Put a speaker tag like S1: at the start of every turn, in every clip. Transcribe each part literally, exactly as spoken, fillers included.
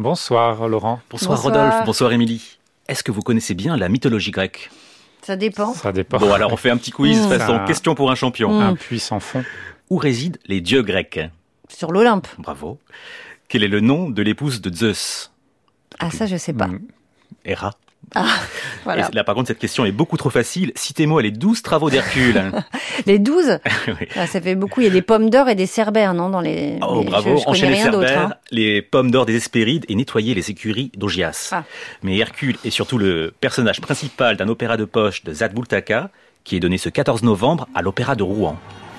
S1: Bonsoir Laurent.
S2: Bonsoir,
S3: Bonsoir.
S2: Rodolphe, bonsoir Émilie. Est-ce que vous connaissez bien la mythologie grecque ?
S3: Ça dépend.
S1: Ça dépend.
S2: Bon, alors on fait un petit quiz
S3: Mmh.
S2: façon
S1: Ça-
S2: question pour un champion.
S3: Mmh.
S1: Un puits sans fond.
S2: Où résident les dieux grecs ?
S3: Sur l'Olympe.
S2: Bravo. Quel est le nom de l'épouse de Zeus ?
S3: Ah, ça, je sais pas.
S1: Mm.
S2: Héra.
S3: Voilà.
S2: Et là, par contre, cette question est beaucoup trop facile. Citez-moi les douze travaux d'Hercule.
S3: Les douze,
S2: Oui.
S3: ah, ça fait beaucoup. Il y a des pommes d'or et des cerbères, non, dans les.
S2: Oh,
S3: les-
S2: bravo.
S3: Je, je connais
S2: Enchaînez
S3: rien d'autre.
S2: Cerbère,
S3: Hein.
S2: les pommes d'or des Hespérides et nettoyer les écuries d'Augias.
S3: Ah.
S2: Mais Hercule est surtout le personnage principal d'un opéra de poche de Zadboultaka qui est donné ce quatorze novembre à l'Opéra de Rouen.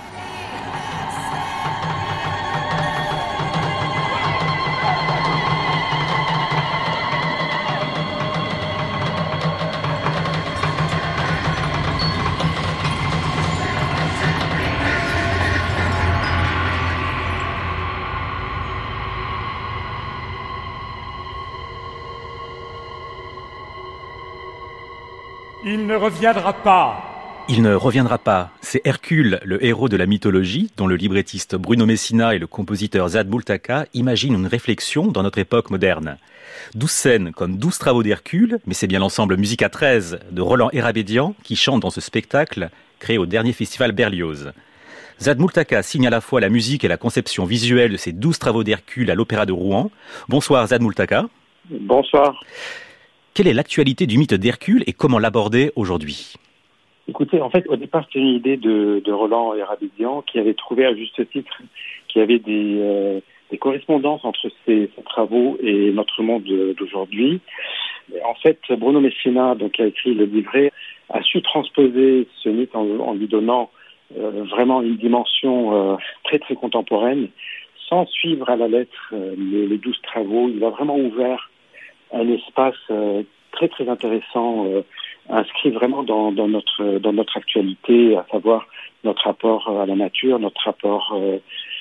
S4: Il ne reviendra pas.
S2: Il ne reviendra pas. C'est Hercule, le héros de la mythologie, dont le librettiste Bruno Messina et le compositeur Zadboultaka imaginent une réflexion dans notre époque moderne. Douze scènes comme douze travaux d'Hercule, mais c'est bien l'ensemble Musica treize de Roland Hérabédian qui chante dans ce spectacle créé au dernier festival Berlioz. Zadboultaka signe à la fois la musique et la conception visuelle de ces douze travaux d'Hercule à l'Opéra de Rouen. Bonsoir Zadboultaka.
S5: Bonsoir.
S2: Quelle est l'actualité du mythe d'Hercule et comment l'aborder aujourd'hui ?
S5: Écoutez, en fait, au départ, c'était une idée de, de Roland Hérabédian qui avait trouvé à juste titre qu'il y avait des, euh, des correspondances entre ces, ces travaux et notre monde d'aujourd'hui. Et en fait, Bruno Messina, donc, qui a écrit le livret, a su transposer ce mythe en, en lui donnant euh, vraiment une dimension euh, très très contemporaine, sans suivre à la lettre euh, les, les douze travaux. Il a vraiment ouvert un espace euh, très très intéressant, euh, inscrit vraiment dans, dans notre dans notre actualité, à savoir notre rapport à la nature, notre rapport euh,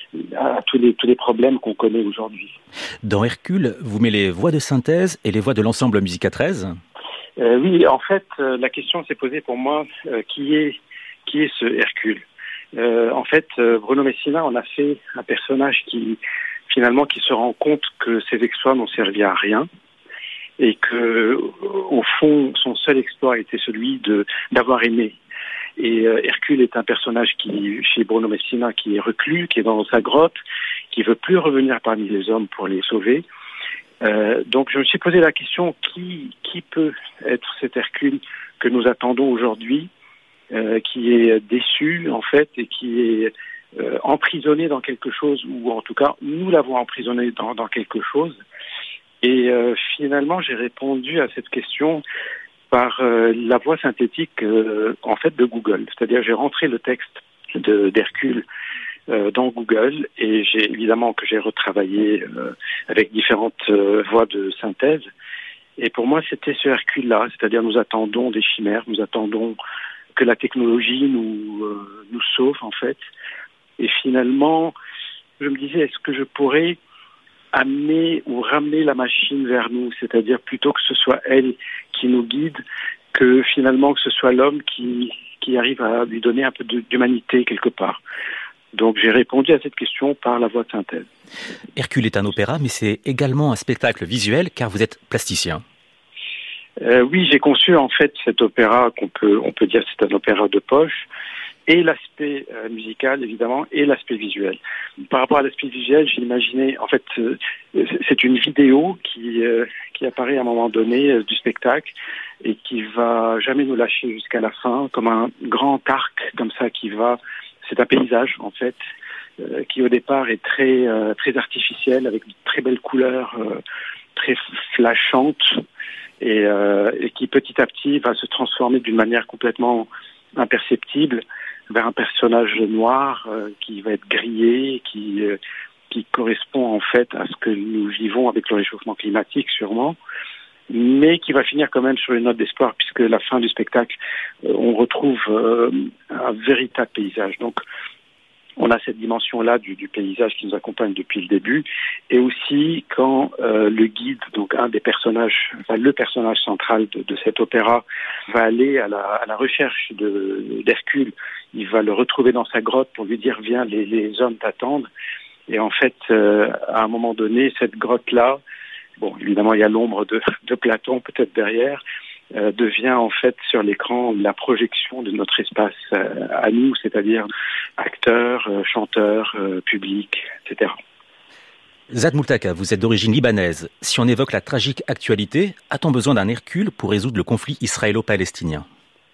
S5: à tous les tous les problèmes qu'on connaît aujourd'hui.
S2: Dans Hercule, vous mettez les voix de synthèse et les voix de l'ensemble Musica treize ?
S5: Euh, oui, en fait, euh, la question s'est posée pour moi euh, qui est qui est ce Hercule. Euh, en fait, euh, Bruno Messina en a fait un personnage qui finalement qui se rend compte que ses exploits n'ont servi à rien. Et que, au fond, son seul exploit était celui de d'avoir aimé. Et euh, Hercule est un personnage qui, chez Bruno Messina, qui est reclus, qui est dans sa grotte, qui veut plus revenir parmi les hommes pour les sauver. Euh, donc, je me suis posé la question qui qui peut être cet Hercule que nous attendons aujourd'hui, euh, qui est déçu en fait et qui est euh, emprisonné dans quelque chose, ou en tout cas, nous l'avons emprisonné dans, dans quelque chose. Et euh, finalement, j'ai répondu à cette question par euh, la voix synthétique euh, en fait de Google. C'est-à-dire, j'ai rentré le texte de d'Hercule euh, dans Google et j'ai évidemment que j'ai retravaillé euh, avec différentes euh, voix de synthèse. Et pour moi, c'était ce Hercule-là. C'est-à-dire, nous attendons des chimères, nous attendons que la technologie nous euh, nous sauve en fait. Et finalement, je me disais, est-ce que je pourrais amener ou ramener la machine vers nous, c'est-à-dire plutôt que ce soit elle qui nous guide, que finalement que ce soit l'homme qui, qui arrive à lui donner un peu d'humanité quelque part. Donc j'ai répondu à cette question par la voix de synthèse.
S2: Hercule est un opéra, mais c'est également un spectacle visuel car vous êtes plasticien.
S5: Euh, oui, j'ai conçu en fait cet opéra qu'on peut, on peut dire que c'est un opéra de poche, et l'aspect euh, musical évidemment et l'aspect visuel. Par rapport à l'aspect visuel, j'ai imaginé en fait euh, c'est une vidéo qui euh, qui apparaît à un moment donné euh, du spectacle et qui va jamais nous lâcher jusqu'à la fin, comme un grand arc comme ça qui va. C'est un paysage en fait euh, qui au départ est très euh, très artificiel avec de très belles couleurs, euh, très flashantes et, euh, et qui petit à petit va se transformer d'une manière complètement imperceptible vers un personnage noir euh, qui va être grillé, qui euh, qui correspond en fait à ce que nous vivons avec le réchauffement climatique sûrement, mais qui va finir quand même sur une note d'espoir puisque la fin du spectacle, euh, on retrouve euh, un véritable paysage. Donc on a cette dimension-là du, du paysage qui nous accompagne depuis le début, et aussi quand euh, le guide, donc un des personnages, enfin le personnage central de, de cet opéra, va aller à la, à la recherche de, d'Hercule, il va le retrouver dans sa grotte pour lui dire « Viens, les, les hommes t'attendent ». Et en fait, euh, à un moment donné, cette grotte-là bon, évidemment, il y a l'ombre de, de Platon peut-être derrière, euh, devient en fait sur l'écran la projection de notre espace euh, à nous, c'est-à-dire acteurs, euh, chanteurs, euh, public, et cetera.
S2: Zad Moultaka, vous êtes d'origine libanaise. Si on évoque la tragique actualité, a-t-on besoin d'un Hercule pour résoudre le conflit israélo-palestinien ?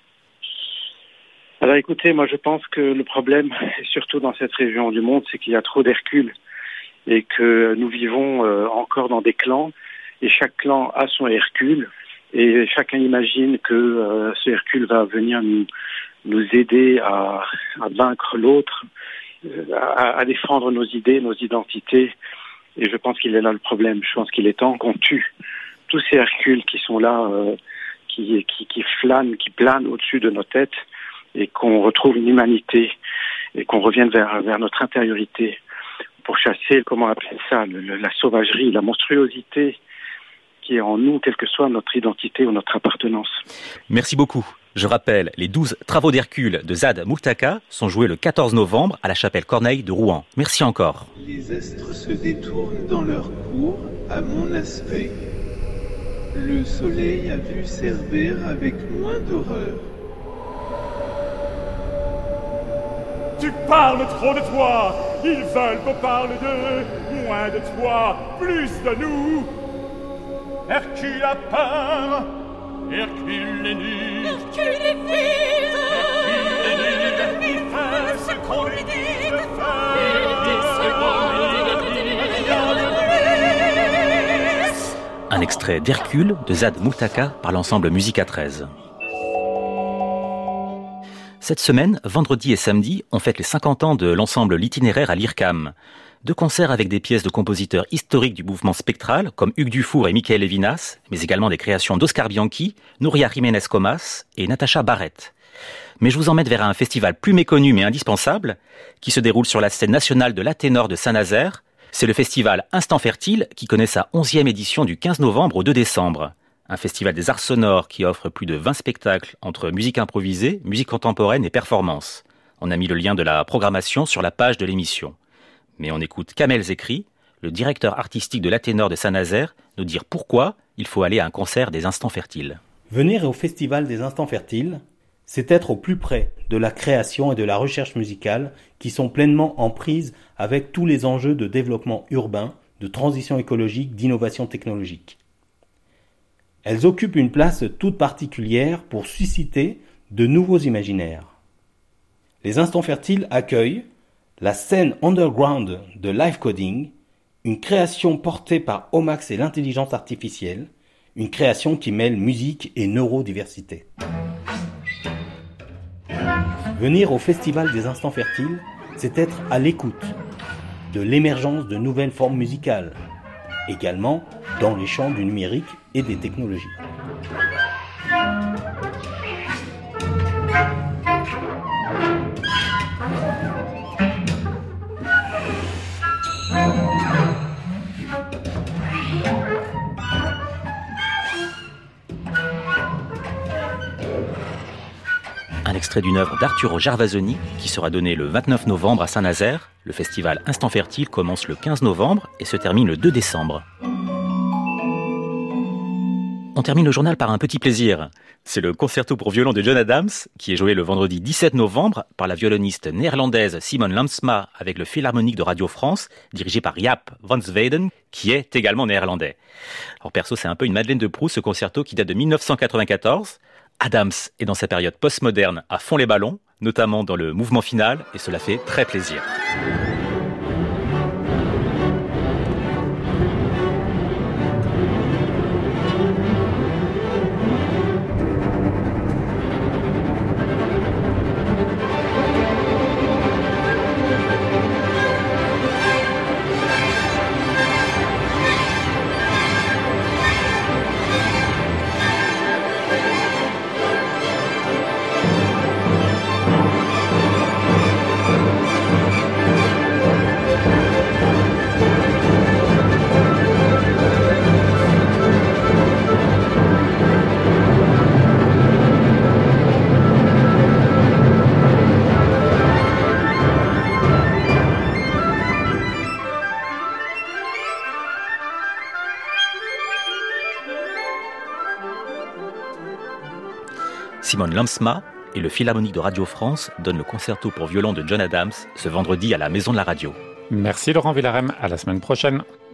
S5: Alors écoutez, moi je pense que le problème, et surtout dans cette région du monde, c'est qu'il y a trop d'Hercules et que nous vivons euh, encore dans des clans et chaque clan a son Hercule et chacun imagine que euh, ce Hercule va venir nous, nous aider à, à vaincre l'autre, euh, à, à défendre nos idées, nos identités. Et je pense qu'il est là le problème. Je pense qu'il est temps qu'on tue tous ces Hercules qui sont là, euh, qui, qui, qui flânent, qui planent au-dessus de nos têtes, et qu'on retrouve une humanité, et qu'on revienne vers, vers notre intériorité pour chasser, comment appeler ça, le, le, la sauvagerie, la monstruosité qui est en nous, quelle que soit notre identité ou notre appartenance.
S2: Merci beaucoup. Je rappelle, les douze travaux d'Hercule de Zad Moultaka sont joués le quatorze novembre à la chapelle Corneille de Rouen. Merci encore.
S1: Les astres se détournent dans leur cours à mon aspect. Le soleil a vu Cerbère avec moins d'horreur.
S4: Tu parles trop de toi. Ils veulent qu'on parle d'eux. Moins de toi, plus de nous. Hercule a peur. Hercule est nul.
S6: Hercule est vide.
S4: Hercule est nul. Il fait ce qu'on lui dit de faire.
S2: Un extrait d'Hercule de Zad Moultaka par l'ensemble Musica treize. Cette semaine, vendredi et samedi, on fête les cinquante ans de l'ensemble L'Itinéraire à l'I R C A M. Deux concerts avec des pièces de compositeurs historiques du mouvement spectral, comme Hugues Dufour et Michael Levinas, mais également des créations d'Oscar Bianchi, Nouria Jiménez Comas et Natacha Barrett. Mais je vous emmène vers un festival plus méconnu mais indispensable, qui se déroule sur la scène nationale de l'Athénor de Saint-Nazaire. C'est le festival Instant Fertile, qui connaît sa onzième édition du quinze novembre au deux décembre. Un festival des arts sonores qui offre plus de vingt spectacles entre musique improvisée, musique contemporaine et performance. On a mis le lien de la programmation sur la page de l'émission. Mais on écoute Kamel Zekri, le directeur artistique de l'Athénor de Saint-Nazaire, nous dire pourquoi il faut aller à un concert des Instants Fertiles.
S7: Venir au Festival des Instants Fertiles, c'est être au plus près de la création et de la recherche musicale qui sont pleinement en prise avec tous les enjeux de développement urbain, de transition écologique, d'innovation technologique. Elles occupent une place toute particulière pour susciter de nouveaux imaginaires. Les Instants Fertiles accueillent la scène underground de Live Coding, une création portée par Omax et l'intelligence artificielle, une création qui mêle musique et neurodiversité. Venir au Festival des Instants Fertiles, c'est être à l'écoute de l'émergence de nouvelles formes musicales, également dans les champs du numérique et des technologies.
S2: Un extrait d'une œuvre d'Arturo Gervasoni qui sera donnée le vingt-neuf novembre à Saint-Nazaire. Le festival Instant Fertile commence le quinze novembre et se termine le deux décembre. On termine le journal par un petit plaisir. C'est le concerto pour violon de John Adams, qui est joué le vendredi dix-sept novembre par la violoniste néerlandaise Simone Lamsma avec le Philharmonique de Radio France, dirigé par Jaap van Zweden, qui est également néerlandais. Alors perso, c'est un peu une Madeleine de Proust, ce concerto qui date de dix-neuf cent quatre-vingt-quatorze. Adams est dans sa période postmoderne à fond les ballons, notamment dans le mouvement final, et cela fait très plaisir. Simone Lamsma et le Philharmonique de Radio France donnent le concerto pour violon de John Adams ce vendredi à la Maison de la Radio.
S8: Merci Laurent Villarem, à la semaine prochaine.